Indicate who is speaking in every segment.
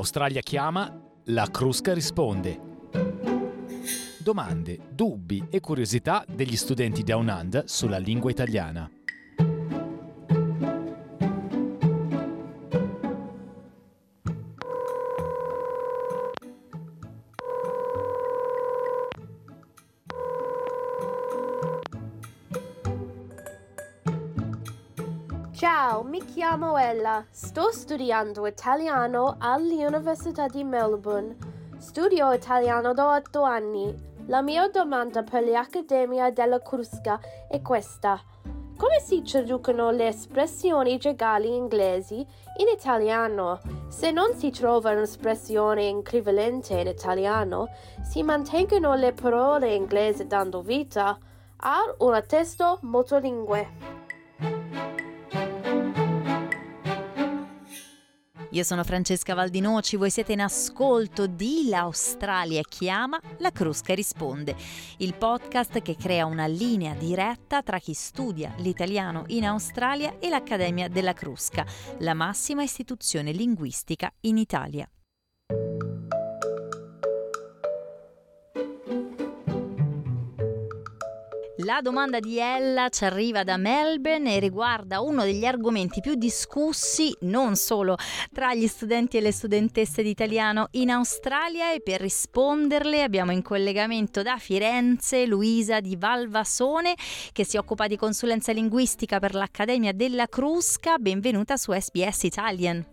Speaker 1: L'Australia chiama, la Crusca risponde. Domande, dubbi e curiosità degli studenti Down Under sulla lingua italiana.
Speaker 2: Ciao, mi chiamo Ella. Sto studiando italiano all'Università di Melbourne. Studio italiano da 8 anni. La mia domanda per l'Accademia della Crusca è questa. Come si traducono le espressioni gergali inglesi in italiano? Se non si trova un'espressione equivalente in italiano, si mantengono le parole inglesi dando vita a un testo multilingue.
Speaker 3: Io sono Francesca Valdinoci, voi siete in ascolto di L'Australia chiama, la Crusca risponde, il podcast che crea una linea diretta tra chi studia l'italiano in Australia e l'Accademia della Crusca, la massima istituzione linguistica in Italia. La domanda di Ella ci arriva da Melbourne e riguarda uno degli argomenti più discussi non solo tra gli studenti e le studentesse di italiano in Australia, e per risponderle abbiamo in collegamento da Firenze Luisa di Valvasone che si occupa di consulenza linguistica per l'Accademia della Crusca. Benvenuta su SBS Italian.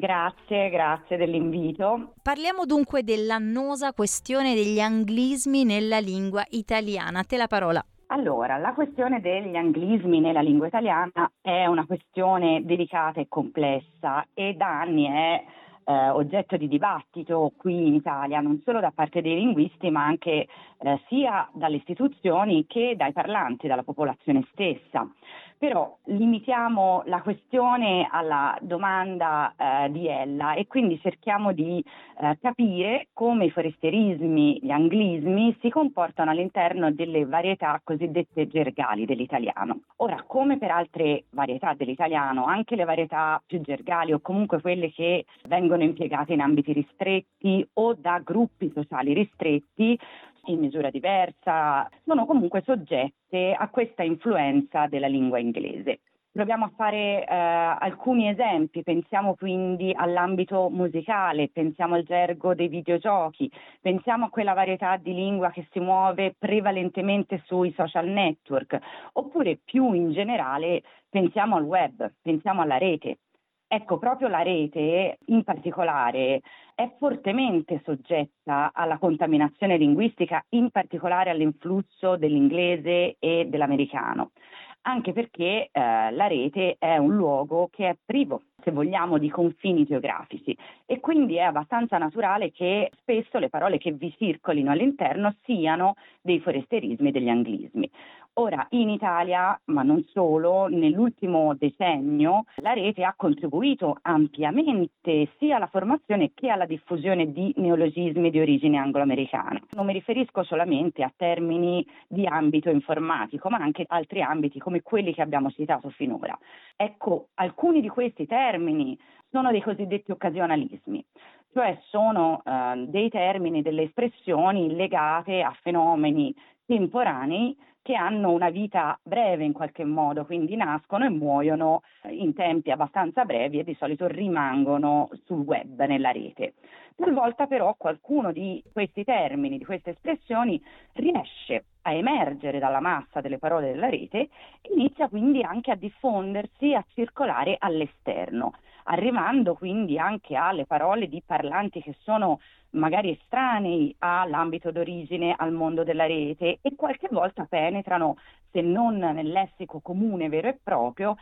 Speaker 4: Grazie dell'invito.
Speaker 3: Parliamo dunque dell'annosa questione degli anglismi nella lingua italiana. A te la parola.
Speaker 4: Allora, la questione degli anglismi nella lingua italiana è una questione delicata e complessa e da anni è oggetto di dibattito qui in Italia, non solo da parte dei linguisti ma anche sia dalle istituzioni che dai parlanti, dalla popolazione stessa. Però limitiamo la questione alla domanda di Ella e quindi cerchiamo di capire come i foresterismi, gli anglismi si comportano all'interno delle varietà cosiddette gergali dell'italiano. Ora, come per altre varietà dell'italiano, anche le varietà più gergali o comunque quelle che vengono impiegate in ambiti ristretti o da gruppi sociali ristretti, in misura diversa, sono comunque soggette a questa influenza della lingua inglese. Proviamo a fare alcuni esempi, pensiamo quindi all'ambito musicale, pensiamo al gergo dei videogiochi, pensiamo a quella varietà di lingua che si muove prevalentemente sui social network, oppure più in generale pensiamo al web, pensiamo alla rete. Ecco, proprio la rete in particolare è fortemente soggetta alla contaminazione linguistica, in particolare all'influsso dell'inglese e dell'americano, anche perché la rete è un luogo che è privo, se vogliamo, di confini geografici e quindi è abbastanza naturale che spesso le parole che vi circolino all'interno siano dei foresterismi e degli anglismi. Ora, in Italia, ma non solo, nell'ultimo decennio la rete ha contribuito ampiamente sia alla formazione che alla diffusione di neologismi di origine anglo-americana. Non mi riferisco solamente a termini di ambito informatico, ma anche altri ambiti come quelli che abbiamo citato finora. Ecco, alcuni di questi termini sono dei cosiddetti occasionalismi, cioè sono dei termini, delle espressioni legate a fenomeni temporanei che hanno una vita breve in qualche modo, quindi nascono e muoiono in tempi abbastanza brevi e di solito rimangono sul web, nella rete. Talvolta però qualcuno di questi termini, di queste espressioni riesce a emergere dalla massa delle parole della rete e inizia quindi anche a diffondersi, a circolare all'esterno, arrivando quindi anche alle parole di parlanti che sono magari estranei all'ambito d'origine, al mondo della rete e qualche volta penetrano, se non nel lessico comune vero e proprio,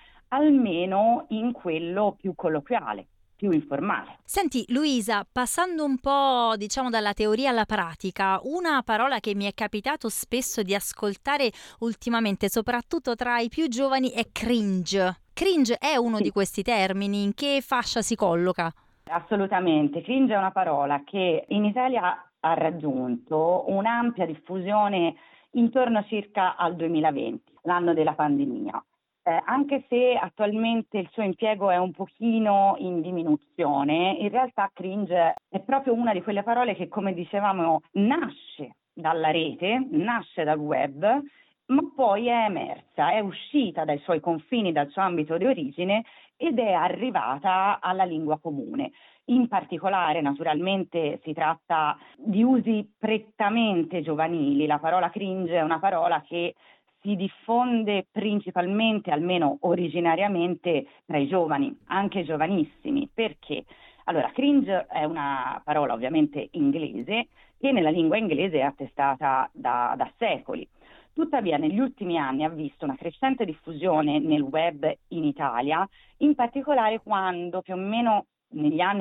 Speaker 4: almeno in quello più colloquiale, più informale.
Speaker 3: Senti Luisa, passando un po' dalla teoria alla pratica, una parola che mi è capitato spesso di ascoltare ultimamente, soprattutto tra i più giovani, è cringe. Cringe è uno di questi termini, in che fascia si colloca?
Speaker 4: Assolutamente, cringe è una parola che in Italia ha raggiunto un'ampia diffusione intorno circa al 2020, l'anno della pandemia. Anche se attualmente il suo impiego è un pochino in diminuzione, in realtà cringe è proprio una di quelle parole che, come dicevamo, nasce dalla rete, nasce dal web, ma poi è emersa, è uscita dai suoi confini, dal suo ambito di origine ed è arrivata alla lingua comune. In particolare, naturalmente, si tratta di usi prettamente giovanili. La parola cringe è una parola che si diffonde principalmente, almeno originariamente, tra i giovani, anche giovanissimi. Perché? Allora, cringe è una parola ovviamente inglese che nella lingua inglese è attestata da secoli. Tuttavia, negli ultimi anni ha visto una crescente diffusione nel web in Italia, in particolare quando più o meno negli anni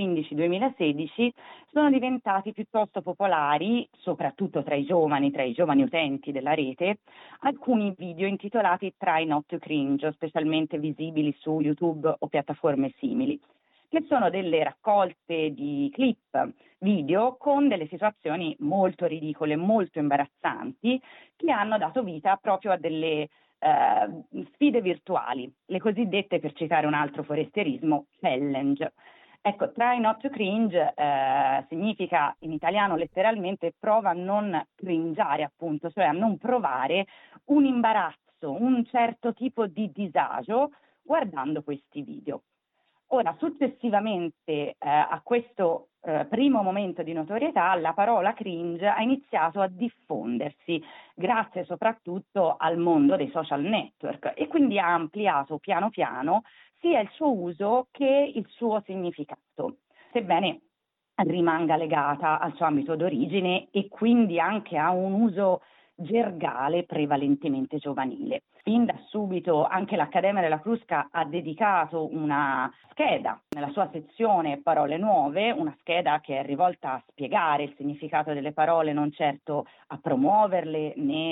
Speaker 4: 2015-2016 sono diventati piuttosto popolari, soprattutto tra i giovani utenti della rete, alcuni video intitolati Try Not to Cringe, specialmente visibili su YouTube o piattaforme simili, che sono delle raccolte di clip video con delle situazioni molto ridicole, molto imbarazzanti, che hanno dato vita proprio a delle sfide virtuali, le cosiddette, per citare un altro forestierismo, challenge. Ecco, try not to cringe significa in italiano letteralmente prova a non cringiare, appunto, cioè a non provare un imbarazzo, un certo tipo di disagio guardando questi video. Ora, successivamente a questo primo momento di notorietà, la parola cringe ha iniziato a diffondersi grazie soprattutto al mondo dei social network e quindi ha ampliato piano piano sia il suo uso che il suo significato, sebbene rimanga legata al suo ambito d'origine e quindi anche a un uso gergale prevalentemente giovanile. Fin da subito anche l'Accademia della Crusca ha dedicato una scheda nella sua sezione Parole Nuove, una scheda che è rivolta a spiegare il significato delle parole, non certo a promuoverle né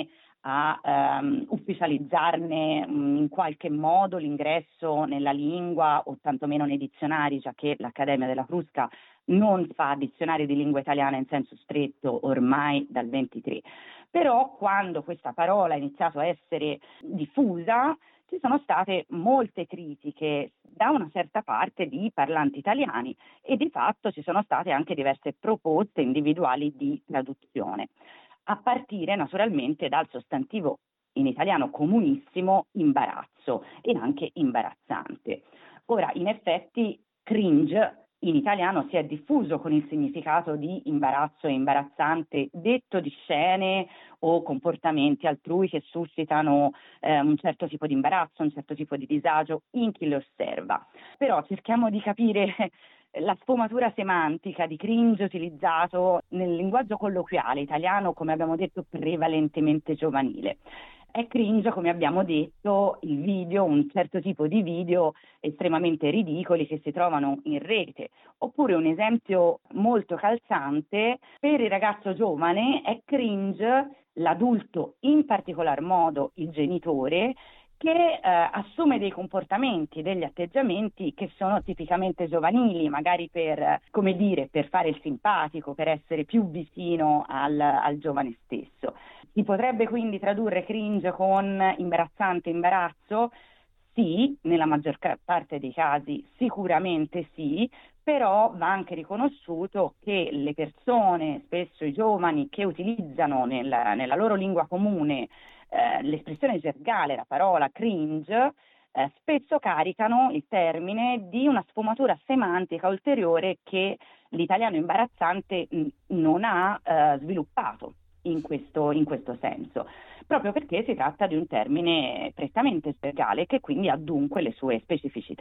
Speaker 4: a ufficializzarne in qualche modo l'ingresso nella lingua o tantomeno nei dizionari, già che l'Accademia della Crusca non fa dizionari di lingua italiana in senso stretto ormai dal 23. Però quando questa parola ha iniziato a essere diffusa ci sono state molte critiche da una certa parte di parlanti italiani e di fatto ci sono state anche diverse proposte individuali di traduzione, a partire naturalmente dal sostantivo in italiano comunissimo imbarazzo e anche imbarazzante. Ora, in effetti, cringe in italiano si è diffuso con il significato di imbarazzo e imbarazzante, detto di scene o comportamenti altrui che suscitano un certo tipo di imbarazzo, un certo tipo di disagio in chi le osserva. Però cerchiamo di capire la sfumatura semantica di cringe utilizzato nel linguaggio colloquiale italiano, come abbiamo detto, prevalentemente giovanile. È cringe, come abbiamo detto, il video, un certo tipo di video estremamente ridicoli che si trovano in rete. Oppure un esempio molto calzante, per il ragazzo giovane è cringe l'adulto, in particolar modo il genitore, che assume dei comportamenti, degli atteggiamenti che sono tipicamente giovanili, magari per fare il simpatico, per essere più vicino al giovane stesso. Si potrebbe quindi tradurre cringe con imbarazzante, imbarazzo? Sì, nella maggior parte dei casi sicuramente sì, però va anche riconosciuto che le persone, spesso i giovani, che utilizzano nella loro lingua comune l'espressione gergale, la parola cringe, spesso caricano il termine di una sfumatura semantica ulteriore che l'italiano imbarazzante non ha sviluppato in questo senso, proprio perché si tratta di un termine prettamente gergale che quindi ha dunque le sue specificità.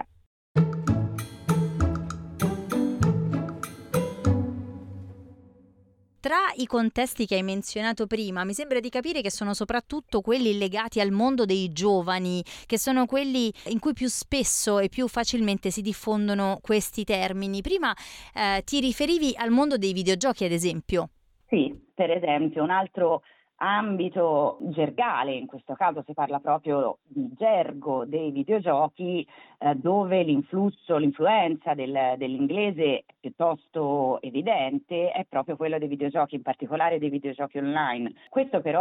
Speaker 3: Tra i contesti che hai menzionato prima, mi sembra di capire che sono soprattutto quelli legati al mondo dei giovani, che sono quelli in cui più spesso e più facilmente si diffondono questi termini. Prima ti riferivi al mondo dei videogiochi, ad esempio.
Speaker 4: Sì, per esempio, un altro ambito gergale, in questo caso si parla proprio di gergo dei videogiochi, dove l'influenza dell'inglese è piuttosto evidente, è proprio quello dei videogiochi, in particolare dei videogiochi online. Questo però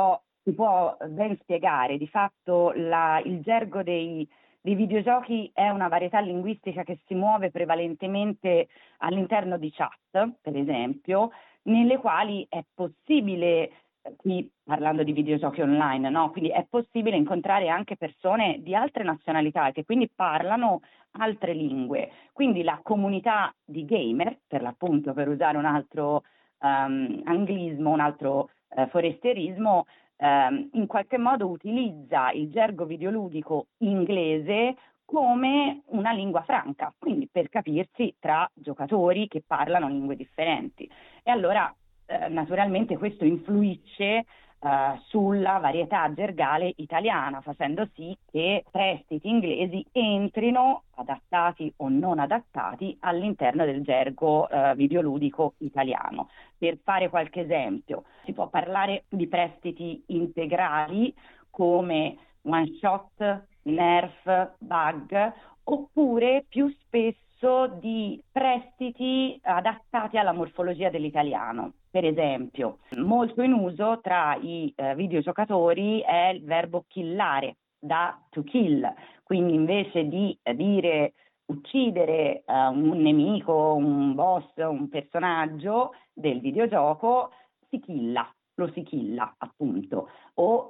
Speaker 4: si può ben spiegare. Di fatto il gergo dei videogiochi è una varietà linguistica che si muove prevalentemente all'interno di chat, per esempio, nelle quali è possibile, qui parlando di videogiochi online, no? Quindi è possibile incontrare anche persone di altre nazionalità che quindi parlano altre lingue. Quindi la comunità di gamer, per l'appunto, per usare un altro anglismo, un altro forestierismo, in qualche modo utilizza il gergo videoludico inglese come una lingua franca, quindi per capirsi tra giocatori che parlano lingue differenti. E allora naturalmente questo influisce sulla varietà gergale italiana, facendo sì che prestiti inglesi entrino, adattati o non adattati, all'interno del gergo videoludico italiano. Per fare qualche esempio, si può parlare di prestiti integrali come one shot, nerf, bug, oppure più spesso di prestiti adattati alla morfologia dell'italiano. Per esempio, molto in uso tra i videogiocatori è il verbo killare, da to kill, quindi invece di dire uccidere un nemico, un boss, un personaggio del videogioco, lo si killa appunto, o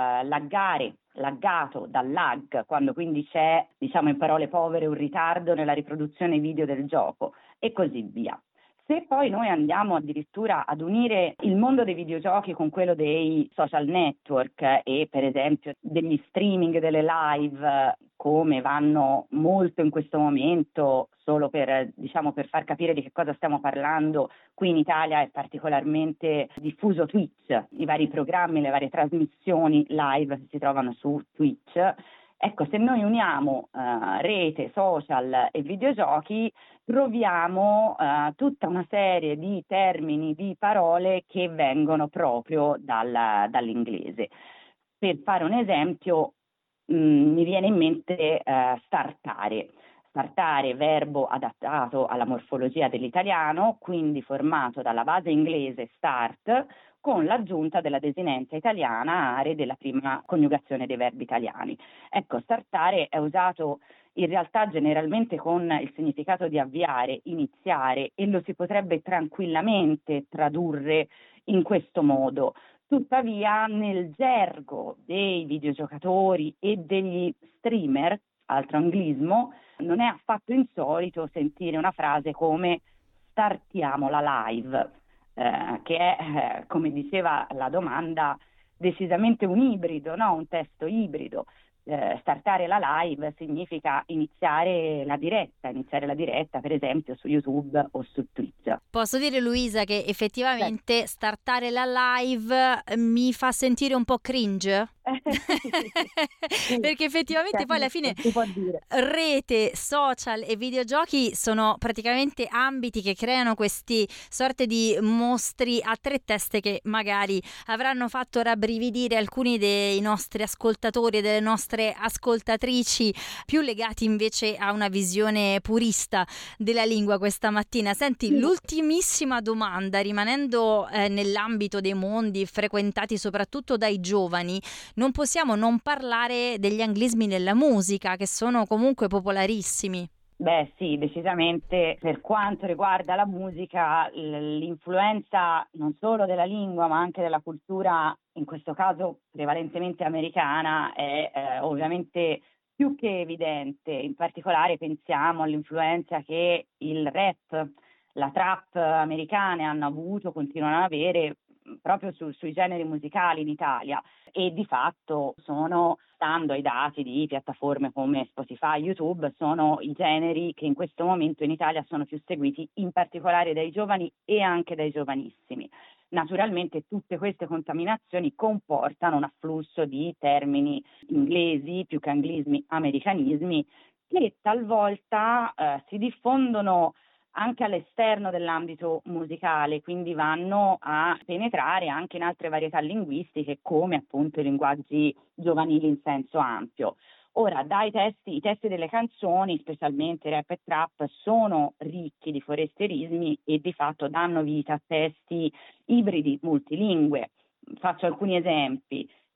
Speaker 4: laggato dal lag, quando quindi c'è, diciamo in parole povere, un ritardo nella riproduzione video del gioco, e così via. Se poi noi andiamo addirittura ad unire il mondo dei videogiochi con quello dei social network e per esempio degli streaming, delle live, come vanno molto in questo momento, solo per far capire di che cosa stiamo parlando, qui in Italia è particolarmente diffuso Twitch, i vari programmi, le varie trasmissioni live che si trovano su Twitch. Ecco, se noi uniamo rete, social e videogiochi, troviamo tutta una serie di termini, di parole che vengono proprio dall'inglese. Per fare un esempio, mi viene in mente startare. Startare, verbo adattato alla morfologia dell'italiano, quindi formato dalla base inglese start, con l'aggiunta della desinenza italiana are della prima coniugazione dei verbi italiani. Ecco, startare è usato in realtà generalmente con il significato di avviare, iniziare, e lo si potrebbe tranquillamente tradurre in questo modo. Tuttavia, nel gergo dei videogiocatori e degli streamer, altro anglismo, non è affatto insolito sentire una frase come startiamo la live, che è, come diceva la domanda, decisamente un ibrido, no? Un testo ibrido. Startare la live significa iniziare la diretta per esempio su YouTube o su Twitch.
Speaker 3: Posso dire, Luisa, che effettivamente startare la live mi fa sentire un po' cringe? Perché effettivamente poi alla fine rete, social e videogiochi sono praticamente ambiti che creano questi sorte di mostri a tre teste che magari avranno fatto rabbrividire alcuni dei nostri ascoltatori e delle nostre ascoltatrici più legati invece a una visione purista della lingua questa mattina. Senti, l'ultimissima domanda, rimanendo nell'ambito dei mondi frequentati soprattutto dai giovani, non possiamo non parlare degli anglismi nella musica, che sono comunque popolarissimi.
Speaker 4: Beh sì, decisamente per quanto riguarda la musica, l'influenza non solo della lingua ma anche della cultura, in questo caso prevalentemente americana, è ovviamente più che evidente. In particolare pensiamo all'influenza che il rap, la trap americane hanno avuto, continuano ad avere proprio sui generi musicali in Italia, e di fatto sono, stando ai dati di piattaforme come Spotify, YouTube, sono i generi che in questo momento in Italia sono più seguiti, in particolare dai giovani e anche dai giovanissimi. Naturalmente tutte queste contaminazioni comportano un afflusso di termini inglesi, più che anglismi, americanismi, che talvolta si diffondono anche all'esterno dell'ambito musicale, quindi vanno a penetrare anche in altre varietà linguistiche come appunto i linguaggi giovanili in senso ampio. Ora, i testi delle canzoni, specialmente rap e trap, sono ricchi di forestierismi e di fatto danno vita a testi ibridi multilingue. Faccio alcuni esempi.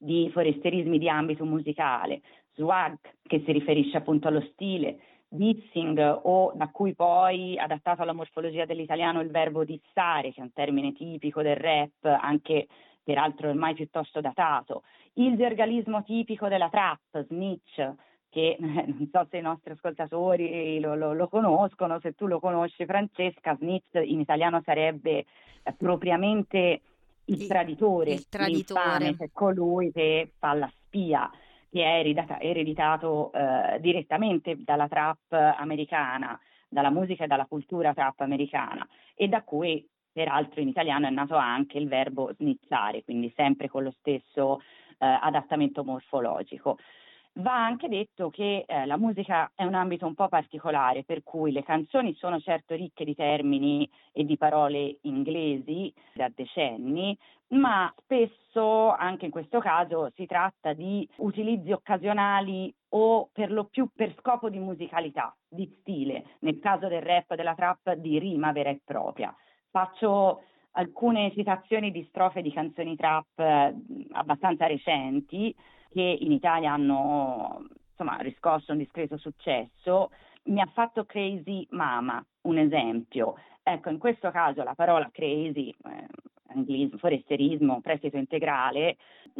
Speaker 4: di foresterismi di ambito musicale, swag, che si riferisce appunto allo stile, dissing, o da cui poi, adattato alla morfologia dell'italiano, il verbo dissare, che è un termine tipico del rap, anche peraltro ormai piuttosto datato, il gergalismo tipico della trap, snitch, che non so se i nostri ascoltatori lo conoscono. Se tu lo conosci, Francesca, snitch in italiano sarebbe propriamente il traditore, l'infame, cioè colui che fa la spia, che è ereditato direttamente dalla trap americana, dalla musica e dalla cultura trap americana, e da cui peraltro in italiano è nato anche il verbo snizzare, quindi sempre con lo stesso adattamento morfologico. Va anche detto che la musica è un ambito un po' particolare, per cui le canzoni sono certo ricche di termini e di parole inglesi da decenni, ma spesso, anche in questo caso, si tratta di utilizzi occasionali o per lo più per scopo di musicalità, di stile, nel caso del rap, della trap, di rima vera e propria. Faccio alcune citazioni di strofe di canzoni trap abbastanza recenti, che in Italia hanno riscosso un discreto successo. Mi ha fatto crazy mama, un esempio. Ecco, in questo caso la parola crazy, anglismo, foresterismo, prestito integrale,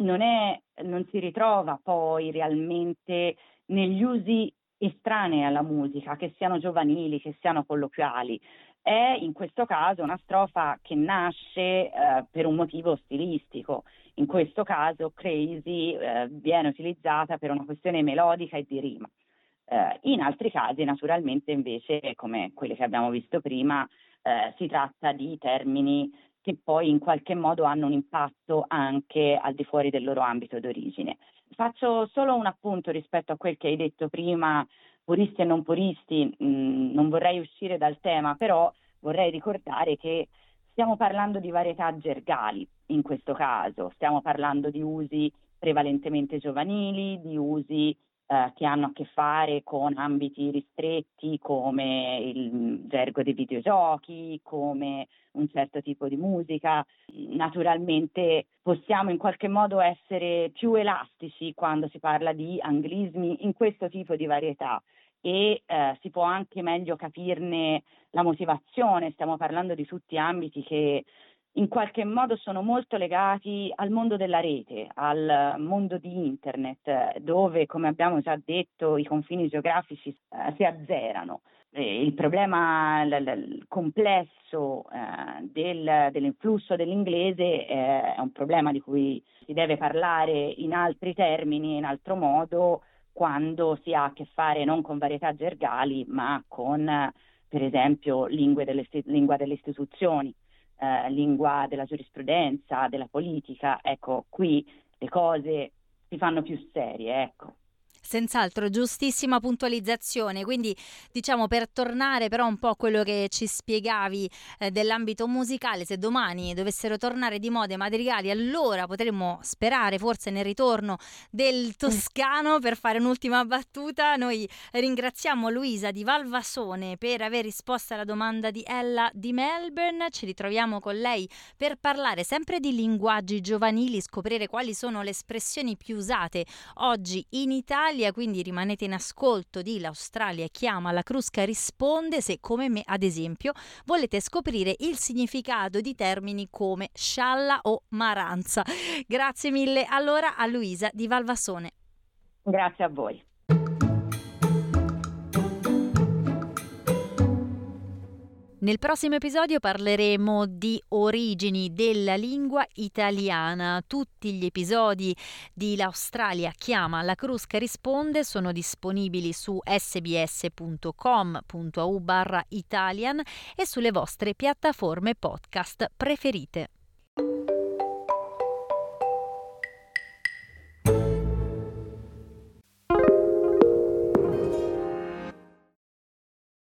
Speaker 4: non si ritrova poi realmente negli usi estranei alla musica, che siano giovanili, che siano colloquiali. È in questo caso una strofa che nasce per un motivo stilistico. In questo caso crazy viene utilizzata per una questione melodica e di rima. In altri casi naturalmente invece, come quelli che abbiamo visto prima, si tratta di termini che poi in qualche modo hanno un impatto anche al di fuori del loro ambito d'origine. Faccio solo un appunto rispetto a quel che hai detto prima, puristi e non puristi. Non vorrei uscire dal tema, però vorrei ricordare che stiamo parlando di varietà gergali in questo caso, stiamo parlando di usi prevalentemente giovanili, di usi che hanno a che fare con ambiti ristretti come il gergo dei videogiochi, come un certo tipo di musica. Naturalmente possiamo in qualche modo essere più elastici quando si parla di anglismi in questo tipo di varietà, e si può anche meglio capirne la motivazione. Stiamo parlando di tutti ambiti che in qualche modo sono molto legati al mondo della rete, al mondo di internet, dove, come abbiamo già detto, i confini geografici si azzerano. Il problema complesso dell'influsso dell'inglese è un problema di cui si deve parlare in altri termini, in altro modo, quando si ha a che fare non con varietà gergali, ma con, per esempio, lingua delle istituzioni, lingua della giurisprudenza, della politica. Ecco, qui le cose si fanno più serie, ecco.
Speaker 3: Senz'altro, giustissima puntualizzazione. Quindi, diciamo, per tornare però un po' a quello che ci spiegavi dell'ambito musicale, se domani dovessero tornare di moda i madrigali, allora potremmo sperare forse nel ritorno del toscano. Per fare un'ultima battuta, noi ringraziamo Luisa di Valvasone per aver risposto alla domanda di Ella di Melbourne. Ci ritroviamo con lei per parlare sempre di linguaggi giovanili, scoprire quali sono le espressioni più usate oggi in Italia. Quindi rimanete in ascolto di L'Australia chiama, la Crusca risponde, se come me ad esempio volete scoprire il significato di termini come scialla o maranza. Grazie mille allora a Luisa di Valvasone.
Speaker 4: Grazie a voi.
Speaker 3: Nel prossimo episodio parleremo di origini della lingua italiana. Tutti gli episodi di L'Australia chiama, la Crusca risponde sono disponibili su sbs.com.au/Italian e sulle vostre piattaforme podcast preferite.